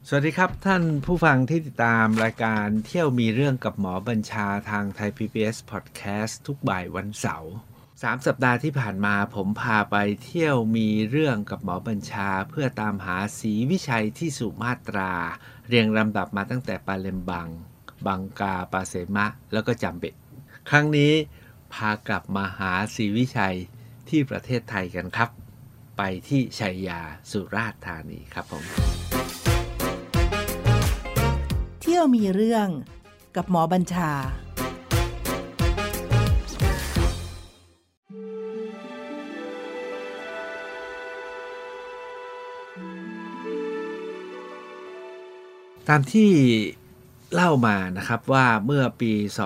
สวัสดีครับท่านผู้ฟังที่ติดตามรายการเที่ยวมีเรื่องกับหมอบัญชาทางไทย PBS Podcast ทุกบ่ายวันเสาร์3 สัปดาห์ที่ผ่านมาผมพาไปเที่ยวมีเรื่องกับหมอบัญชาเพื่อตามหาศรีวิชัยที่สุมาตราเรียงลำดับมาตั้งแต่ปาเลมบังบังกาปาเสมะแล้วก็จัมเบตครั้งนี้พากลับมาหาศรีวิชัยที่ประเทศไทยกันครับไปที่ชัยยาสุราษฎร์ธานีครับผมเที่ยวมีเรื่องกับหมอบัญชาตามที่เล่ามานะครับว่าเมื่อปี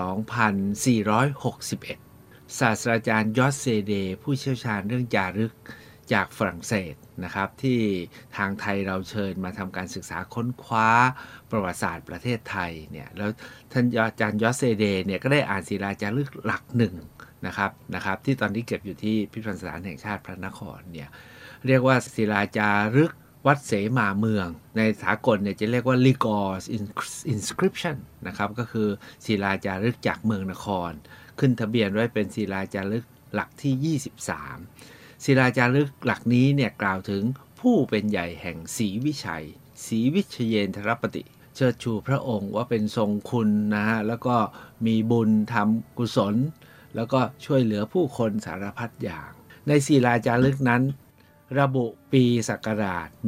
2461 ศาสตราจารย์ยอสเซเดผู้เชี่ยวชาญเรื่องจารึกจากฝรั่งเศสนะครับที่ทางไทยเราเชิญมาทำการศึกษาค้นคว้าประวัติศาสตร์ประเทศไทยเนี่ยแล้วท่านอาจารย์ยอสเซเดเนี่ยก็ได้อ่านศิลาจารึกหลักหนึ่งนะครับที่ตอนนี้เก็บอยู่ที่พิพิธภัณฑ์สถานแห่งชาติพระนครเนี่ยเรียกว่าศิลาจารึกวัดเสมาเมืองในสากลเนี่ยจะเรียกว่า Ligor's Inscription นะครับก็คือศิลาจารึกจากเมืองนครขึ้นทะเบียนไว้เป็นศิลาจารึกหลักที่ 23 ศิลาจารึกหลักนี้เนี่ยกล่าวถึงผู้เป็นใหญ่แห่งศรีวิชัยศรีวิชเยนทรปติเชิดชูพระองค์ว่าเป็นทรงคุณนะฮะแล้วก็มีบุญทำกุศลแล้วก็ช่วยเหลือผู้คนสารพัดอย่างในศิลาจารึกนั้นระบุปีศักราช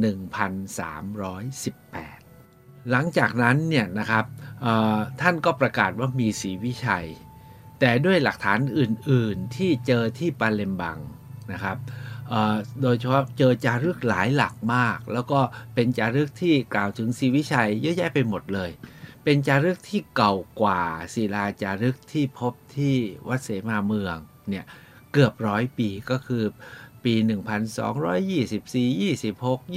1318 หลังจากนั้นเนี่ยนะครับท่านก็ประกาศว่ามีศรีวิชัยแต่ด้วยหลักฐานอื่นๆที่เจอที่ปาเลมบังนะครับโดยเฉพาะเจอจารึกหลายหลักมากแล้วก็เป็นจารึกที่กล่าวถึงศรีวิชัยเยอะแยะไปหมดเลยเป็นจารึกที่เก่ากว่าศิลาจารึกที่พบที่วัดเสมาเมืองเนี่ยเกือบ100 ปีก็คือปี 1224 26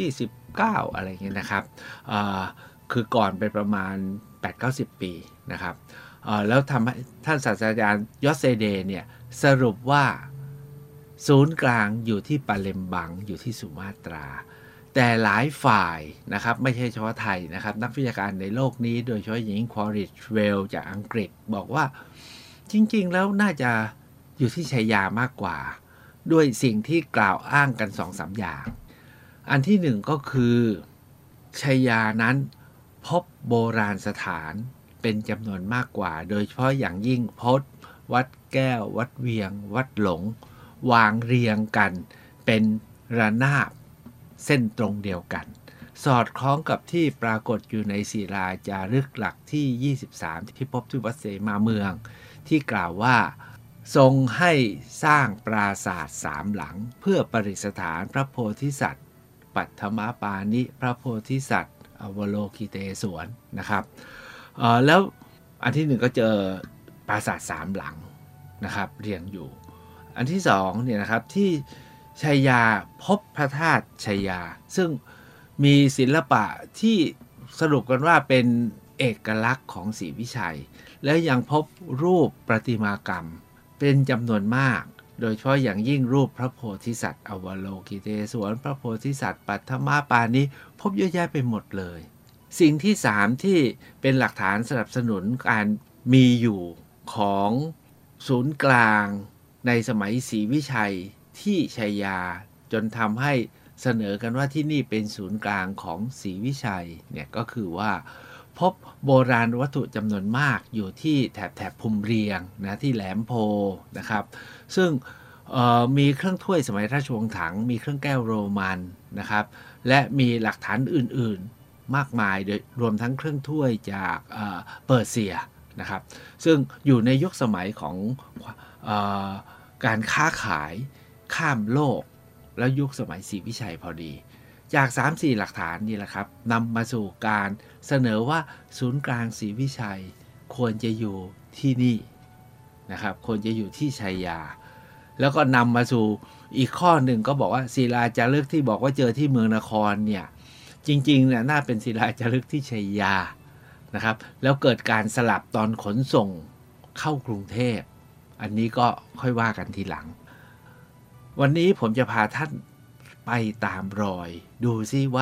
29 อะไรเงี้ยนะครับคือก่อนไปประมาณ 8-90 ปีนะครับแล้วทำให้ท่านศาสตราจารย์ยอสเซเดเนี่ยสรุปว่าศูนย์กลางอยู่ที่ปาเลมบังอยู่ที่สุมาตราแต่หลายฝ่ายนะครับไม่ใช่เฉพาะไทยนะครับนักวิชาการในโลกนี้โดยเฉพาะอย่างยิ่งควอริชเวลจากอังกฤษบอกว่าจริงๆแล้วน่าจะอยู่ที่ชัยยามากกว่าด้วยสิ่งที่กล่าวอ้างกัน 2-3 อย่างอันที่หนึ่งก็คือชัยยานั้นพบโบราณสถานเป็นจำนวนมากกว่าโดยเฉพาะอย่างยิ่งพบวัดแก้ววัดเวียงวัดหลงวางเรียงกันเป็นระนาบเส้นตรงเดียวกันสอดคล้องกับที่ปรากฏอยู่ในศิลาจารึกหลักที่ 23 ที่พบที่วัดเสมาเมืองที่กล่าวว่าทรงให้สร้างปราสาท3 หลังเพื่อประดิษฐานพระโพธิสัตว์ปัทมปานิพระโพธิสัตว์อวโลกิเตศวรนะครับแล้วอันที่หนึ่งก็เจอปราสาท3 หลังนะครับเรียงอยู่อันที่2เนี่ยนะครับที่ชัยยาพบพระธาตุชัยยาซึ่งมีศิลปะที่สรุปกันว่าเป็นเอกลักษณ์ของศรีวิชัยแล้วยังพบรูปประติมากรรมเป็นจำนวนมากโดยเฉพาะอย่างยิ่งรูปพระโพธิสัตว์อวโลกิเตศวรพระโพธิสัตว์ปัทมปานิพบเยอะแยะไปหมดเลยสิ่งที่3ที่เป็นหลักฐานสนับสนุนการมีอยู่ของศูนย์กลางในสมัยศรีวิชัยที่ชัยยาจนทำให้เสนอกันว่าที่นี่เป็นศูนย์กลางของศรีวิชัยเนี่ยก็คือว่าพบโบราณวัตถุจำนวนมากอยู่ที่แถบภูมิเรียงนะที่แหลมโพนะครับซึ่งมีเครื่องถ้วยสมัยราชวงศ์ถังมีเครื่องแก้วโรมันนะครับและมีหลักฐานอื่นๆมากมายโดยรวมทั้งเครื่องถ้วยจากเปอร์เซียนะครับซึ่งอยู่ในยุคสมัยของการค้าขายข้ามโลกแล้วยุคสมัยศรีวิชัยพอดีจาก 3-4 หลักฐานนี่แหละครับนำมาสู่การเสนอว่าศูนย์กลางศรีวิชัยควรจะอยู่ที่นี่นะครับควรจะอยู่ที่ชัยยาแล้วก็นำมาสู่อีกข้อหนึ่งก็บอกว่าศิลาจารึกที่บอกว่าเจอที่เมืองนครเนี่ยจริงๆเนี่ยน่าเป็นศิลาจารึกที่ชัยยานะครับแล้วเกิดการสลับตอนขนส่งเข้ากรุงเทพอันนี้ก็ค่อยว่ากันทีหลังวันนี้ผมจะพาท่านไปตามรอยดูซิว่า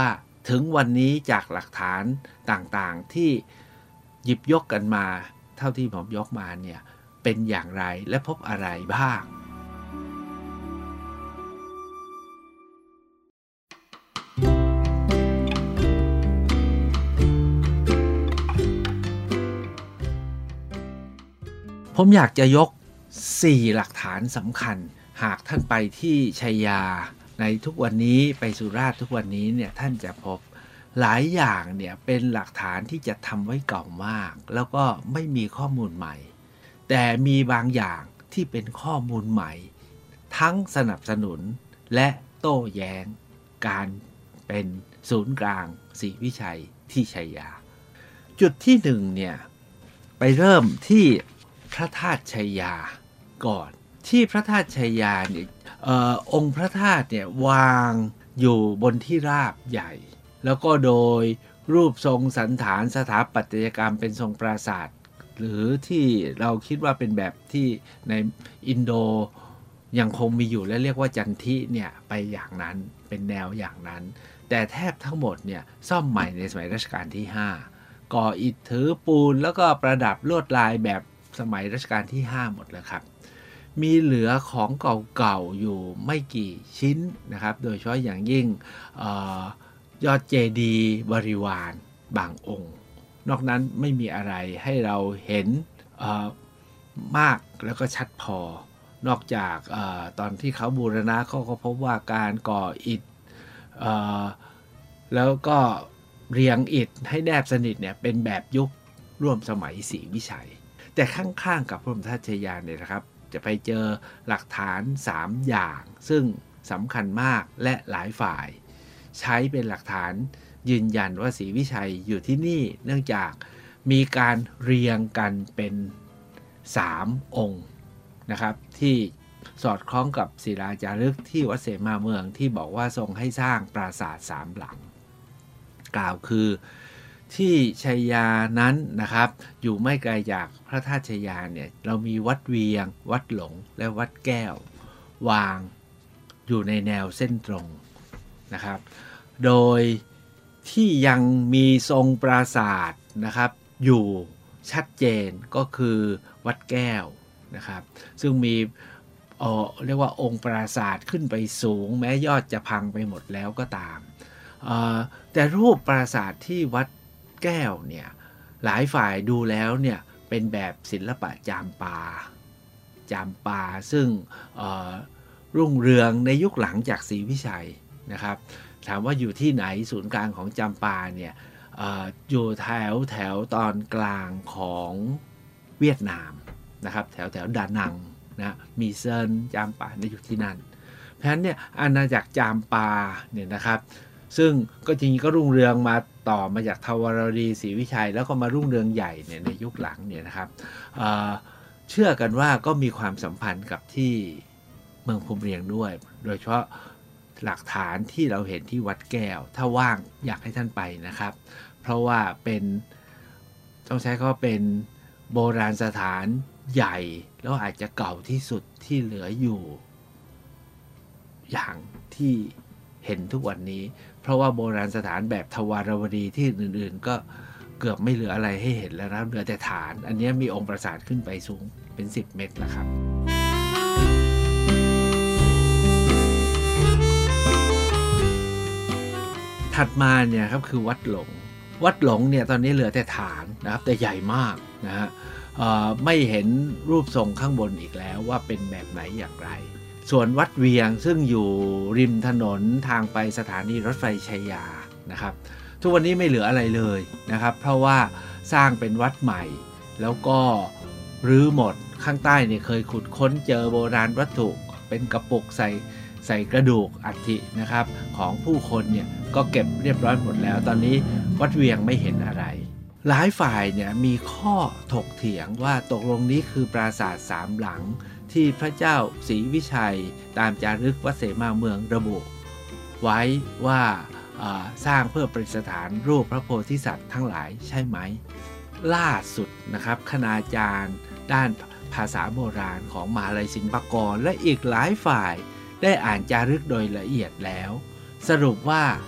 ถึงวันนี้จากหลักฐานต่างๆที่หยิบยกกันมาเท่าที่ผมยกมาเนี่ยเป็นอย่างไรและพบอะไรบ้างผมอยากจะยก4หลักฐานสำคัญหากท่านไปที่ชัยยาในทุกวันนี้ไปสุราษฎร์ทุกวันนี้เนี่ยท่านจะพบหลายอย่างเนี่ยเป็นหลักฐานที่จะทำไว้เก่ามากแล้วก็ไม่มีข้อมูลใหม่แต่มีบางอย่างที่เป็นข้อมูลใหม่ทั้งสนับสนุนและโต้แย้งการเป็นศูนย์กลางศรีวิชัยที่ชัยยาจุดที่1เนี่ยไปเริ่มที่พระธาตุชัยยาก่อนที่พระธาตุชัยยาเนี่ยองค์พระธาตุเนี่ยวางอยู่บนที่ราบใหญ่แล้วก็โดยรูปทรงสันฐานสถาปัตยกรรมเป็นทรงปราสาทหรือที่เราคิดว่าเป็นแบบที่ในอินโดยังคงมีอยู่และเรียกว่าจันทิเนี่ยไปอย่างนั้นเป็นแนวอย่างนั้นแต่แทบทั้งหมดเนี่ยซ่อมใหม่ในสมัยรัชกาลที่5ก่ออิฐถือปูนแล้วก็ประดับลวดลายแบบสมัยรัชกาลที่5หมดแล้วครับมีเหลือของเก่าๆอยู่ไม่กี่ชิ้นนะครับโดยเฉพาะอย่างยิ่งยอดเจดีย์บริวารบางองค์นอกนั้นไม่มีอะไรให้เราเห็นมากแล้วก็ชัดพอนอกจากตอนที่เขาบูรณะเขาก็พบว่าการก่ออิฐแล้วก็เรียงอิฐให้แนบสนิทเนี่ยเป็นแบบยุคร่วมสมัยศรีวิชัยแต่ข้างๆกับพระบรมธาตุชัยยาเนี่ยนะครับจะไปเจอหลักฐาน3อย่างซึ่งสำคัญมากและหลายฝ่ายใช้เป็นหลักฐานยืนยันว่าศรีวิชัยอยู่ที่นี่เนื่องจากมีการเรียงกันเป็น3องค์นะครับที่สอดคล้องกับศิลาจารึกที่วัดเสมาเมืองที่บอกว่าทรงให้สร้างปราสาท3หลังกล่าวคือที่ชัยยานั้นนะครับอยู่ไม่ไกลจากพระธาตุชัยยาเนี่ยเรามีวัดเวียงวัดหลงและวัดแก้ววางอยู่ในแนวเส้นตรงนะครับโดยที่ยังมีทรงปราสาทนะครับอยู่ชัดเจนก็คือวัดแก้วนะครับซึ่งมีเรียกว่าองค์ปราสาทขึ้นไปสูงแม้ยอดจะพังไปหมดแล้วก็ตามแต่รูปปราสาทที่วัดแก้วเนี่ยหลายฝ่ายดูแล้วเนี่ยเป็นแบบศิลปะจามปาซึ่งรุ่งเรืองในยุคหลังจากศรีวิชัยนะครับถามว่าอยู่ที่ไหนศูนย์กลางของจามปาเนี่ยอยู่แถวตอนกลางของเวียดนามนะครับแถวดานังนะมีเซินจามปาอยู่ที่นั่นเพราะฉะนั้นเนี่ยอาณาจักรจามปาเนี่ยนะครับซึ่งก็จริงก็รุ่งเรืองมาต่อมาจากทวารวดีศรีวิชัยแล้วก็มารุ่งเรืองใหญ่เนี่ยในยุคหลังเนี่ยนะครับเชื่อกันว่าก็มีความสัมพันธ์กับที่เมืองภูมิเรียงด้วยโดยเฉพาะหลักฐานที่เราเห็นที่วัดแก้วถ้าว่างอยากให้ท่านไปนะครับเพราะว่าเป็นต้องใช้คำว่าเป็นโบราณสถานใหญ่แล้วอาจจะเก่าที่สุดที่เหลืออยู่อย่างที่เห็นทุกวันนี้เพราะว่าโบราณสถานแบบทวารวดีที่อื่นๆก็เกือบไม่เหลืออะไรให้เห็นแล้วนะเหลือแต่ฐานอันนี้มีองค์ปราสาทขึ้นไปสูงเป็น10 เมตรแล้วครับถัดมาเนี่ยครับคือวัดหลงเนี่ยตอนนี้เหลือแต่ฐานนะครับแต่ใหญ่มากนะฮะไม่เห็นรูปทรงข้างบนอีกแล้วว่าเป็นแบบไหนอย่างไรส่วนวัดเวียงซึ่งอยู่ริมถนนทางไปสถานีรถไฟชัยยานะครับทุกวันนี้ไม่เหลืออะไรเลยนะครับเพราะว่าสร้างเป็นวัดใหม่แล้วก็รื้อหมดข้างใต้เนี่ยเคยขุดค้นเจอโบราณวัตถุเป็นกระปุกใส่กระดูกอัฐินะครับของผู้คนเนี่ยก็เก็บเรียบร้อยหมดแล้วตอนนี้วัดเวียงไม่เห็นอะไรหลายฝ่ายเนี่ยมีข้อถกเถียงว่าตกลงนี้คือปราสาท3หลังที่พระเจ้าศรีวิชัยตามจารึกวัดเสมาเมืองระบุไว้ว่าสร้างเพื่อประดิษฐานรูปพระโพธิสัตว์ทั้งหลายใช่ไหมล่าสุดนะครับคณาจารย์ด้านภาษาโบราณของมหาลัยศิลปากรและอีกหลายฝ่ายได้อ่านจารึกโดยละเอียดแล้วสรุปว่า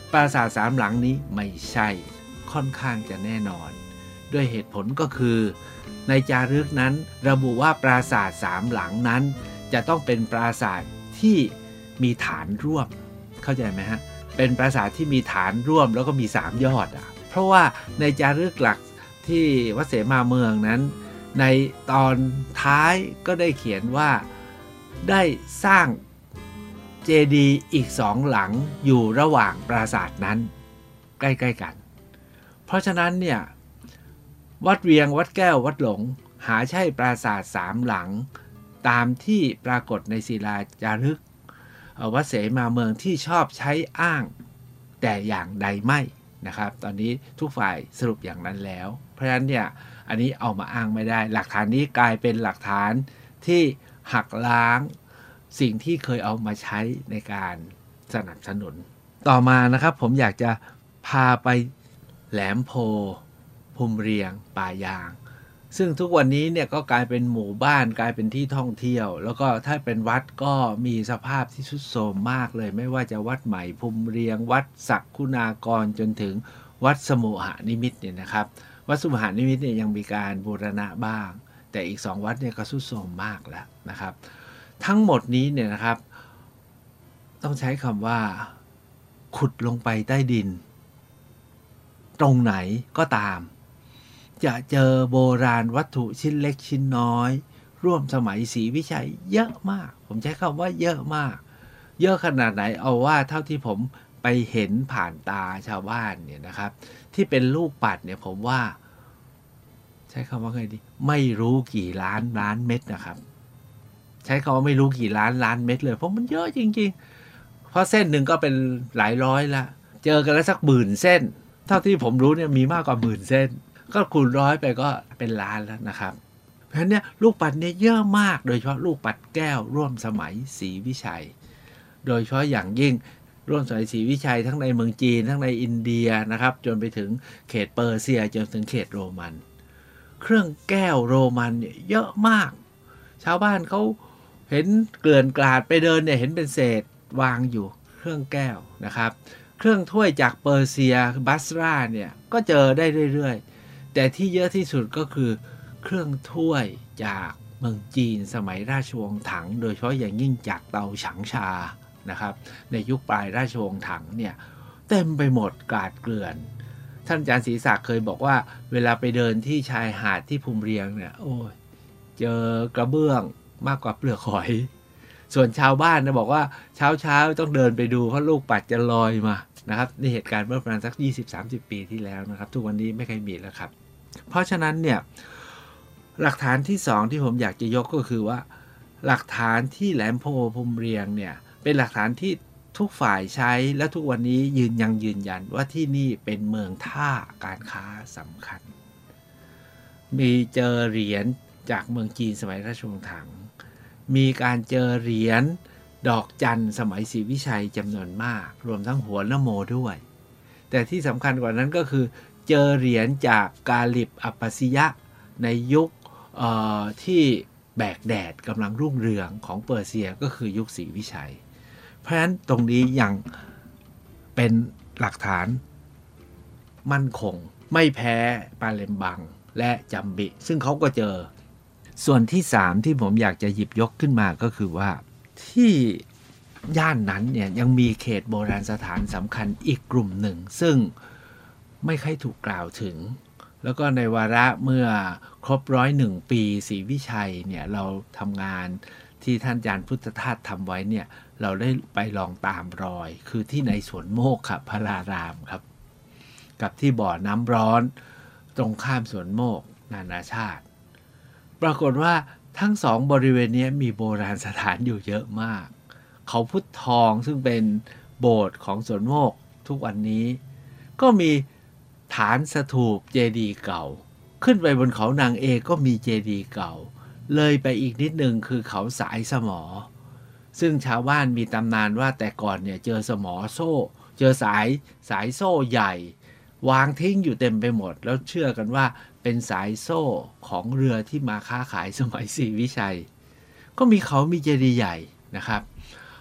ปราสาท3หลังนี้ไม่ใช่ค่อนข้างจะแน่นอนด้วยเหตุผลก็คือในจารึกนั้นระบุว่าปราสาท3หลังนั้นจะต้องเป็นปราสาทที่มีฐานร่วมเข้าใจไหมฮะเป็นปราสาทที่มีฐานร่วมแล้วก็มี3ยอดเพราะว่าในจารึกหลักที่วัดเสมาเมืองนั้นในตอนท้ายก็ได้เขียนว่าได้สร้างเจดีย์อีก2หลังอยู่ระหว่างปราสาทนั้นใกล้ๆกันเพราะฉะนั้นเนี่ยวัดเวียงวัดแก้ววัดหลงหาใช่ปราสาท3หลังตามที่ปรากฏในศิลาจารึกวัดเสมาเมืองที่ชอบใช้อ้างแต่อย่างใดไม่นะครับตอนนี้ทุกฝ่ายสรุปอย่างนั้นแล้วเพราะฉะนั้นเนี่ยอันนี้เอามาอ้างไม่ได้หลักฐานนี้กลายเป็นหลักฐานที่หักล้างสิ่งที่เคยเอามาใช้ในการสนับสนุนต่อมานะครับผมอยากจะพาไปแหลมโพภูมิเรียงป่ายางซึ่งทุกวันนี้เนี่ยก็กลายเป็นหมู่บ้านกลายเป็นที่ท่องเที่ยวแล้วก็ถ้าเป็นวัดก็มีสภาพที่ทรุดโทรมมากเลยไม่ว่าจะวัดใหม่ภูมิเรียงวัดศักคุณากรจนถึงวัดสมุหนิมิตเนี่ยนะครับวัดสมุหนิมิตเนี่ยยังมีการบูรณะบ้างแต่อีก2วัดเนี่ยก็ทรุดโทรมมากแล้วนะครับทั้งหมดนี้เนี่ยนะครับต้องใช้คำว่าขุดลงไปใต้ดินตรงไหนก็ตามจะเจอโบราณวัตถุชิ้นเล็กชิ้นน้อยร่วมสมัยศรีวิชัยเยอะมากผมใช้คำว่าเยอะมากเยอะขนาดไหนเอาว่าเท่าที่ผมไปเห็นผ่านตาชาวบ้านเนี่ยนะครับที่เป็นลูกปัดเนี่ยผมว่าใช้คำว่าไงดีไม่รู้กี่ล้านเม็ดนะครับใช้คำว่าไม่รู้กี่ล้านเม็ดเลยเพราะมันเยอะจริงๆเพราะเส้นหนึ่งก็เป็นหลายร้อยละเจอกันแล้วสัก10,000 เส้นเท่าที่ผมรู้เนี่ยมีมากกว่า10,000 เส้นก็คูณร้อยไปก็เป็นล้านแล้วนะครับเพราะฉะนั้นเนี่ยลูกปัดเนี่ยเยอะมากโดยเฉพาะลูกปัดแก้วร่วมสมัยศรีวิชัยโดยเฉพาะอย่างยิ่งร่วมสมัยศรีวิชัยทั้งในเมืองจีนทั้งในอินเดียนะครับจนไปถึงเขตเปอร์เซียจนถึงเขตโรมันเครื่องแก้วโรมันเนี่ยเยอะมากชาวบ้านเขาเห็นเกลื่อนกลาดไปเดินเนี่ยเห็นเป็นเศษวางอยู่เครื่องแก้วนะครับเครื่องถ้วยจากเปอร์เซียบัสราเนี่ยก็เจอได้เรื่อยๆแต่ที่เยอะที่สุดก็คือเครื่องถ้วยจากเมืองจีนสมัยราชวงศ์ถังโดยเฉพาะอย่างยิ่งจากเตาฉางชานะครับในยุคปลายราชวงศ์ถังเนี่ยเต็มไปหมดกลาดเกลื่อนท่านอาจารย์ศรีศักดิ์เคยบอกว่าเวลาไปเดินที่ชายหาดที่ภูมิเรียงเนี่ยโอ้ยเจอกระเบื้องมากกว่าเปลือกหอยส่วนชาวบ้านนะบอกว่าเช้าต้องเดินไปดูเพราะลูกปัดจะลอยมานะครับในเหตุการณ์เมื่อประมาณสัก 20-30 ปีที่แล้วนะครับทุกวันนี้ไม่เคยมีแล้วครับเพราะฉะนั้นเนี่ยหลักฐานที่2ที่ผมอยากจะยกก็คือว่าหลักฐานที่แหลมโพภูมิเรียงเนี่ยเป็นหลักฐานที่ทุกฝ่ายใช้และทุกวันนี้ยืนยันว่าที่นี่เป็นเมืองท่าการค้าสำคัญมีเจอเหรียญจากเมืองจีนสมัยราชวงศ์ถังมีการเจอเหรียญดอกจันสมัยศรีวิชัยจำนวนมากรวมทั้งหัวนโมด้วยแต่ที่สำคัญกว่านั้นก็คือเจอเหรียญจากกาลิบอัปปสิยะในยุคที่แบกแดดกำลังรุ่งเรืองของเปอร์เซียก็คือยุคศรีวิชัยเพราะฉะนั้นตรงนี้ยังเป็นหลักฐานมั่นคงไม่แพ้ปาเลมบังและจัมบิซึ่งเขาก็เจอส่วนที่3ที่ผมอยากจะหยิบยกขึ้นมาก็คือว่าที่ย่านนั้นเนี่ยยังมีเขตโบราณสถานสำคัญอีกกลุ่มหนึ่งซึ่งไม่ค่อยถูกกล่าวถึงแล้วก็ในวาระเมื่อครบ101 ปีศรีวิชัยเนี่ยเราทำงานที่ท่านอาจารย์พุทธทาสทำไว้เนี่ยเราได้ไปลองตามรอยคือที่ในสวนโมกขพรารามครับกับที่บ่อน้ำร้อนตรงข้ามสวนโมกนานาชาติปรากฏว่าทั้ง2บริเวณนี้มีโบราณสถานอยู่เยอะมากเขาพุทธทองซึ่งเป็นโบสถ์ของสวนโมกทุกวันนี้ก็มีฐานสถูปเจดีย์เก่าขึ้นไปบนเขานางเอกก็มีเจดีย์เก่าเลยไปอีกนิดนึงคือเขาสายสมอซึ่งชาวบ้านมีตำนานว่าแต่ก่อนเนี่ยเจอสมอโซ่เจอสายโซ่ใหญ่วางทิ้งอยู่เต็มไปหมดแล้วเชื่อกันว่าเป็นสายโซ่ของเรือที่มาค้าขายสมัยศรีวิชัยก็มีเขามีเจดีย์ใหญ่นะครับ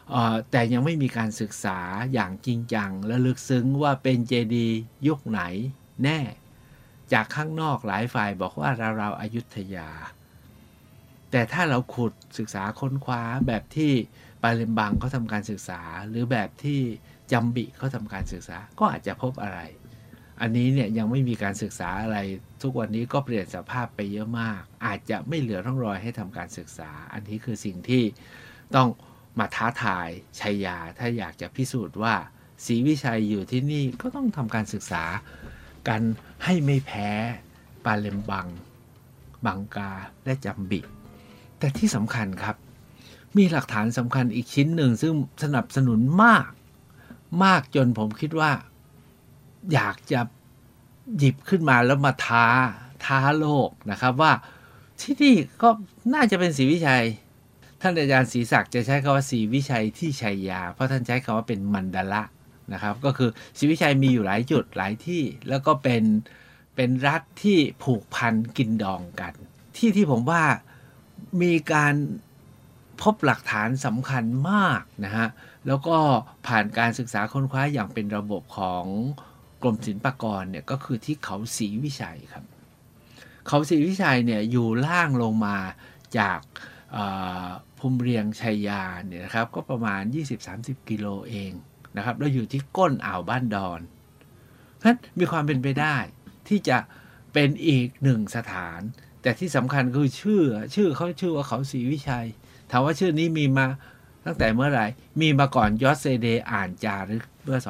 แต่ยังไม่มีการศึกษาอย่างจริงจังและลึกซึ้งว่าเป็นเจดีย์ยุคไหนแน่จากข้างนอกหลายฝ่ายบอกว่าราวๆอยุธยาแต่ถ้าเราขุดศึกษาค้นคว้าแบบที่ปาเลมบังเขาทำการศึกษาหรือแบบที่จัมบิเขาทำการศึกษาก็อาจจะพบอะไรอันนี้เนี่ยยังไม่มีการศึกษาอะไรทุกวันนี้ก็เปลี่ยนสภาพไปเยอะมากอาจจะไม่เหลือร่องรอยให้ทำการศึกษาอันนี้คือสิ่งที่ต้องมาท้าทายชัยยาถ้าอยากจะพิสูจน์ว่าศรีวิชัยอยู่ที่นี่ก็ต้องทำการศึกษากันให้ไม่แพ้ปาเลมบังบังกาและจัมบิแต่ที่สำคัญครับมีหลักฐานสำคัญอีกชิ้นหนึ่งซึ่งสนับสนุนมากจนผมคิดว่าอยากจะหยิบขึ้นมาแล้วมาท้าโลกนะครับว่าที่นี่ก็น่าจะเป็นศรีวิชัยท่านอาจารย์ศรีศักดิ์จะใช้คำว่าศรีวิชัยที่ชัยยาเพราะท่านใช้คำว่าเป็นมันดาละนะครับก็คือศรีวิชัยมีอยู่หลายจุดหลายที่แล้วก็เป็นรัฐที่ผูกพันกินดองกันที่ผมว่ามีการพบหลักฐานสำคัญมากนะฮะแล้วก็ผ่านการศึกษาค้นคว้าอย่างเป็นระบบของกรมศิลปากรเนี่ยก็คือที่เขาศรีวิชัยครับเขาศรีวิชัยเนี่ยอยู่ล่างลงมาจากภูมิเรียงชัยยาเนี่ยนะครับก็ประมาณ 20-30 กิโลเองนะครับแล้วอยู่ที่ก้นอ่าวบ้านดอนเพราะฉะนั้นมีความเป็นไปได้ที่จะเป็นอีกหนึ่งสถานแต่ที่สำคัญคือชื่อเขาชื่อว่าเขาศรีวิชัยถามว่าชื่อนี้มีมาตั้งแต่เมื่อไหร่มีมาก่อนยอสเซเดอ่านจารึกเมื่อ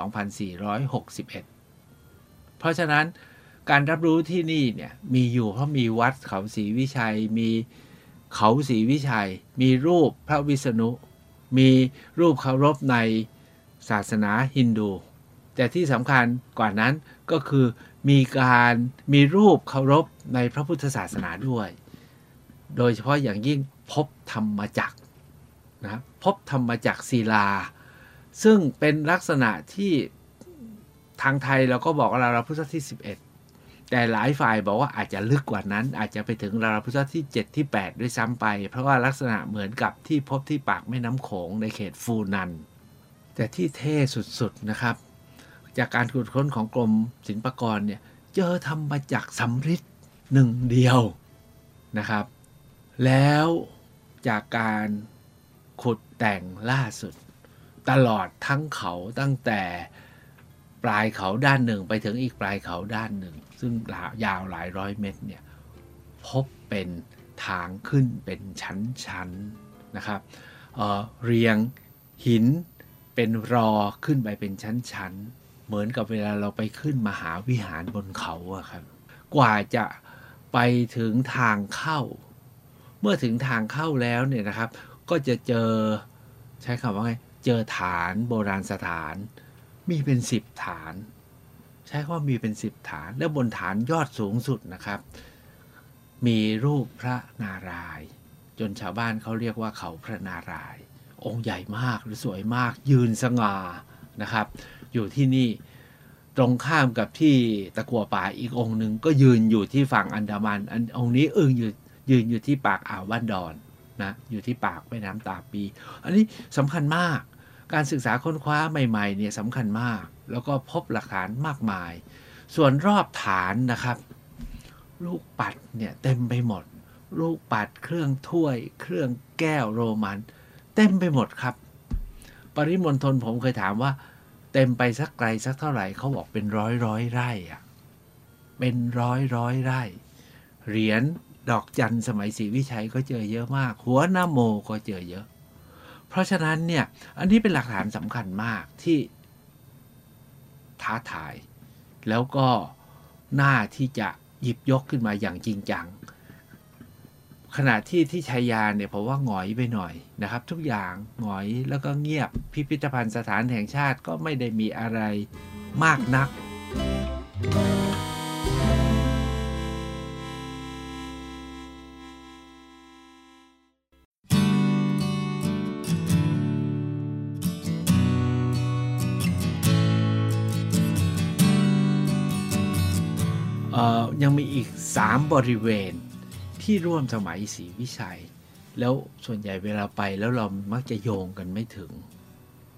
2461 เพราะฉะนั้นการรับรู้ที่นี่เนี่ยมีอยู่เพราะมีวัดเขาศรีวิชัยมีเขาศรีวิชัยมีรูปพระวิษณุมีรูปเคารพในศาสนาฮินดูแต่ที่สำคัญกว่านั้นก็คือมีรูปเคารพในพระพุทธศาสนาด้วยโดยเฉพาะอย่างยิ่งพบธรรมจักรนะพบธรรมจักรศิลาซึ่งเป็นลักษณะที่ทางไทยเราก็บอกว่าเราพุทธที่11แต่หลายฝ่ายบอกว่าอาจจะลึกกว่านั้นอาจจะไปถึงเราพุทธที่7ที่8ด้วยซ้ำไปเพราะว่าลักษณะเหมือนกับที่พบที่ปากแม่น้ำโขงในเขตฟูนันแต่ที่เท่สุดๆนะครับจากการขุดค้นของกรมศิลปากรเนี่ยเจอธรรมจักรสำริดหนึ่งเดียวนะครับแล้วจากการขุดแต่งล่าสุดตลอดทั้งเขาตั้งแต่ปลายเขาด้านหนึ่งไปถึงอีกปลายเขาด้านหนึ่งซึ่งยาวหลายร้อยเมตรเนี่ยพบเป็นทางขึ้นเป็นชั้นๆนะครับเรียงหินเป็นรอขึ้นไปเป็นชั้นๆเหมือนกับเวลาเราไปขึ้นมหาวิหารบนเขาอะครับกว่าจะไปถึงทางเข้าเมื่อถึงทางเข้าแล้วเนี่ยนะครับก็จะเจอใช้คำว่าไงเจอฐานโบราณสถานมีเป็น10ฐานใช้คำว่ามีเป็น10ฐานและบนฐานยอดสูงสุดนะครับมีรูปพระนารายณ์จนชาวบ้านเขาเรียกว่าเขาพระนารายณ์องค์ใหญ่มากหรือสวยมากยืนสง่านะครับอยู่ที่นี่ตรงข้ามกับที่ตะกั่วป่าอีกองค์หนึ่งก็ยืนอยู่ที่ฝั่งอันดามันองค์นี้ยืนอยู่ที่ปากอ่าวบ้านดอนนะอยู่ที่ปากแม่น้ำตาปีอันนี้สำคัญมากการศึกษาค้นคว้าใหม่ๆเนี่ยสำคัญมากแล้วก็พบหลักฐานมากมายส่วนรอบฐานนะครับลูกปัดเนี่ยเต็มไปหมดลูกปัดเครื่องถ้วยเครื่องแก้วโรมันเต็มไปหมดครับปริมณฑลผมเคยถามว่าเต็มไปสักไกลสักเท่าไหร่เขาบอกเป็นร้อยไร่อะเป็นร้อยไร่เหรียญดอกจันสมัยศรีวิชัยก็เจอเยอะมากหัวหน้าโมก็เจอเยอะเพราะฉะนั้นเนี่ยอันนี้เป็นหลักฐานสำคัญมากที่ท้าทายแล้วก็น่าที่จะหยิบยกขึ้นมาอย่างจริงจังขณะที่ชัยยาเนี่ยผมว่าหงอยไปหน่อยนะครับทุกอย่างหงอยแล้วก็เงียบพิพิธภัณฑ์สถานแห่งชาติก็ไม่ได้มีอะไรมากนักยังมีอีก3บริเวณที่ร่วมสมัยศรีวิชัยแล้วส่วนใหญ่เวลาไปแล้วเรามักจะโยงกันไม่ถึง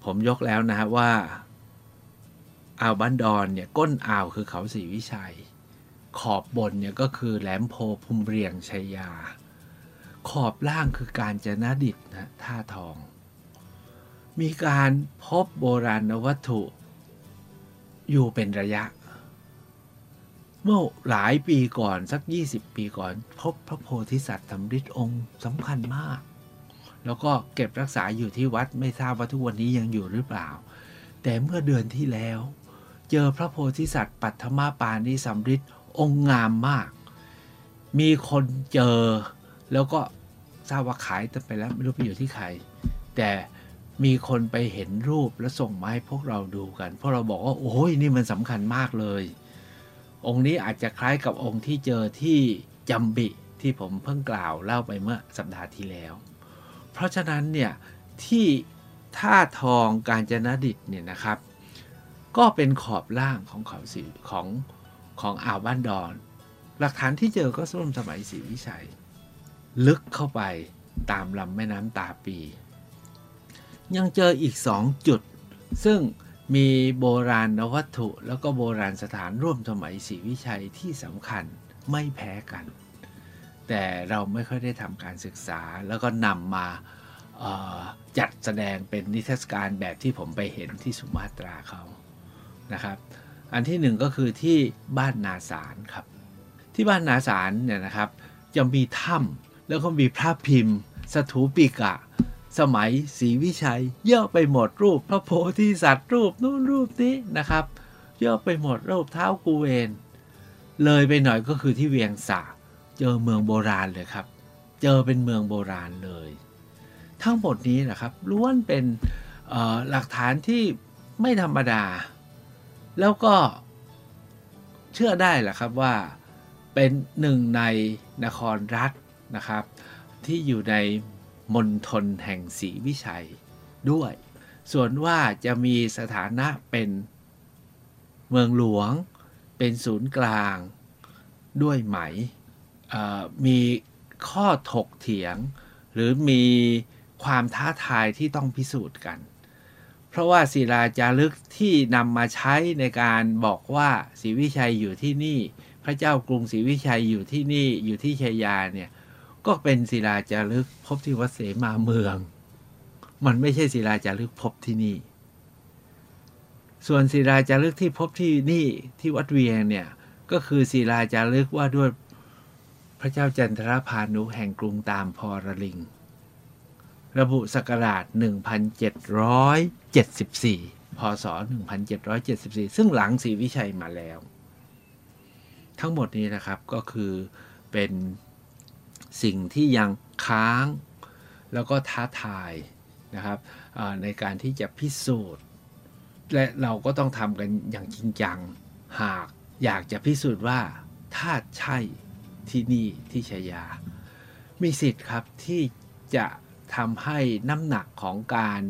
ผมยกแล้วนะฮะว่าอ่าวบ้านดอนเนี่ยก้นอ่าวคือเขาศรีวิชัยขอบบนเนี่ยก็คือแหลมโพภูมิเรียงชัยยาขอบล่างคือกาญจนดิษฐ์นะท่าทองมีการพบโบราณวัตถุอยู่เป็นระยะเมื่อหลายปีก่อนสัก20 ปีก่อนพบพระโพธิสัตว์สำริดองค์สำคัญมากแล้วก็เก็บรักษาอยู่ที่วัดไม่ทราบว่าทุกวันนี้ยังอยู่หรือเปล่าแต่เมื่อเดือนที่แล้วเจอพระโพธิสัตว์ปัทมาปานิสำริดองค์งามมากมีคนเจอแล้วก็ทราบว่าขายไปแล้วไม่รู้ไปอยู่ที่ใครแต่มีคนไปเห็นรูปแล้วส่งมาให้พวกเราดูกันเพราะเราบอกว่าโอ้ยนี่มันสำคัญมากเลยองค์นี้อาจจะคล้ายกับองค์ที่เจอที่จัมบิที่ผมเพิ่งกล่าวเล่าไปเมื่อสัปดาห์ที่แล้วเพราะฉะนั้นเนี่ยที่ท่าทองกาญจนดิษฐ์เนี่ยนะครับก็เป็นขอบล่างของเขาศรีของอ่าวบ้านดอนหลักฐานที่เจอก็ร่วมสมัยศรีวิชัยลึกเข้าไปตามลำแม่น้ำตาปียังเจออีก2จุดซึ่งมีโบราณวัตถุแล้วก็โบราณสถานร่วมสมัยศรีวิชัยที่สำคัญไม่แพ้กันแต่เราไม่ค่อยได้ทำการศึกษาแล้วก็นำมาจัดแสดงเป็นนิทรรศการแบบที่ผมไปเห็นที่สุมาตราเขานะครับอันที่หนึ่งก็คือที่บ้านนาสารครับที่บ้านนาสารเนี่ยนะครับจะมีถ้ำแล้วก็มีพระพิมพ์สถูปิกะสมัยศรีวิชัยเยอะไปหมดรูปพระโพธิสัตว์รูปนู้นรูปนี้นะครับเยอะไปหมดรูปเท้ากูเวนเลยไปหน่อยก็คือที่เวียงสาเจอเมืองโบราณเลยครับเจอเป็นเมืองโบราณเลยทั้งหมดนี้นะครับล้วนเป็นหลักฐานที่ไม่ธรรมดาแล้วก็เชื่อได้แหละครับว่าเป็นหนึ่งในนครรัฐนะครับที่อยู่ในมณฑลแห่งศรีวิชัยด้วยส่วนว่าจะมีสถานะเป็นเมืองหลวงเป็นศูนย์กลางด้วยไหมมีข้อถกเถียงหรือมีความท้าทายที่ต้องพิสูจน์กันเพราะว่าศิลาจารึกที่นำมาใช้ในการบอกว่าศรีวิชัยอยู่ที่นี่พระเจ้ากรุงศรีวิชัยอยู่ที่นี่อยู่ที่ชัยยาเนี่ยก็เป็นศิลาจารึกพบที่วัดเสมาเมืองมันไม่ใช่ศิลาจารึกพบที่นี่ส่วนศิลาจารึกที่พบที่นี่ที่วัดเวียงเนี่ยก็คือศิลาจารึกว่าด้วยพระเจ้าจันทรพานุแห่งกรุงตามพรลิงระบุศักราช1774พศ1774ซึ่งหลังศรีวิชัยมาแล้วทั้งหมดนี้นะครับก็คือเป็นสิ่งที่ยังค้างแล้วก็ท้าทายนะครับในการที่จะพิสูจน์และเราก็ต้องทำกันอย่างจริงจังหากอยากจะพิสูจน์ว่าถ้าใช่ที่นี่ที่ชัยยามีสิทธิ์ครับที่จะทำให้น้ำหนักของการ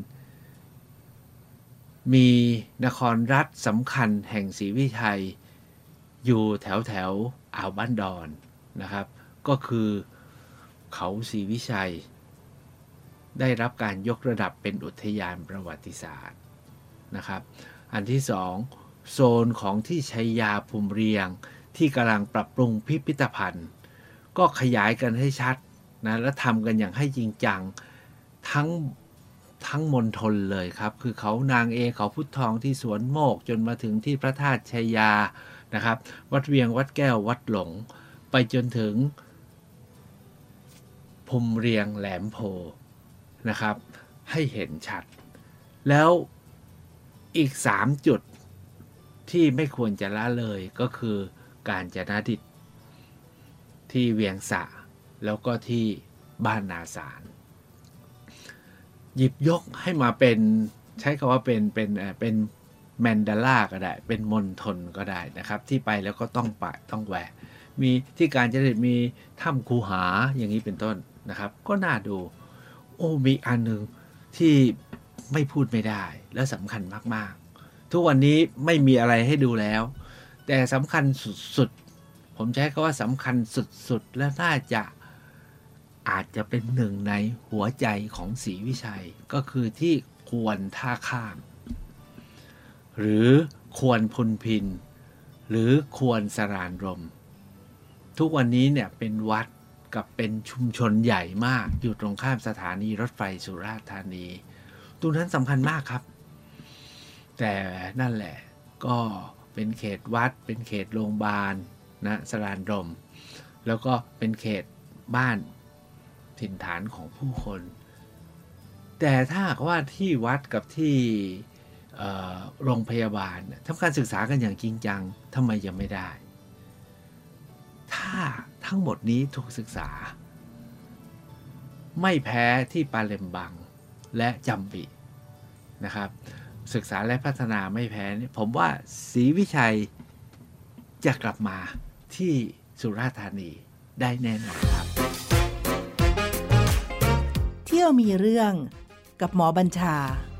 มีนครรัฐสำคัญแห่งศรีวิชัยอยู่แถวอ่าวบ้านดอนนะครับก็คือเขาศรีวิชัยได้รับการยกระดับเป็นอุทยานประวัติศาสตร์นะครับอันที่สองโซนของที่ชัยยาภูมิเรียงที่กำลังปรับปรุงพิพิธภัณฑ์ก็ขยายกันให้ชัดนะและทำกันอย่างให้จริงจังทั้งมณฑลเลยครับคือเขานางเขาพุทธทองที่สวนโมกจนมาถึงที่พระธาตุชัยยานะครับวัดเวียงวัดแก้ววัดหลงไปจนถึงภูมิเรียงแหลมโพนะครับให้เห็นชัดแล้วอีก3จุดที่ไม่ควรจะละเลยก็คือกาญจนดิษฐ์ที่เวียงสะแล้วก็ที่บ้านนาสารหยิบยกให้มาเป็นใช้คำว่าเป็นแมนดาล่าก็ได้เป็นมณฑลก็ได้นะครับที่ไปแล้วก็ต้องแวะมีที่กาญจนดิษฐ์มีถ้ำคูหาอย่างนี้เป็นต้นนะครับก็น่าดูมีอันนึงที่ไม่พูดไม่ได้และสำคัญมากๆทุกวันนี้ไม่มีอะไรให้ดูแล้วแต่สำคัญสุดๆผมใช้คำว่าสำคัญสุดๆและน่าจะอาจจะเป็นหนึ่งในหัวใจของศรีวิชัยก็คือที่ควรท่าข้าม หรือควรพุนพินหรือควรสรานรมทุกวันนี้เนี่ยเป็นวัดกับเป็นชุมชนใหญ่มากอยู่ตรงข้ามสถานีรถไฟสุราษฎร์ธานีตรงนั้นสำคัญมากครับแต่นั่นแหละก็เป็นเขตวัดเป็นเขตโรงพยาบาลนะสรานรมแล้วก็เป็นเขตบ้านถิ่นฐานของผู้คนแต่ถ้าหากว่าที่วัดกับที่โรงพยาบาลทำการศึกษากันอย่างจริงจังทำไมยังไม่ได้ถ้าทั้งหมดนี้ถูกศึกษาไม่แพ้ที่ปาเลมบังและจำปีนะครับศึกษาและพัฒนาไม่แพ้ผมว่าศรีวิชัยจะกลับมาที่สุราษฎร์ธานีได้แน่นอนครับเที่ยวมีเรื่องกับหมอบัญชา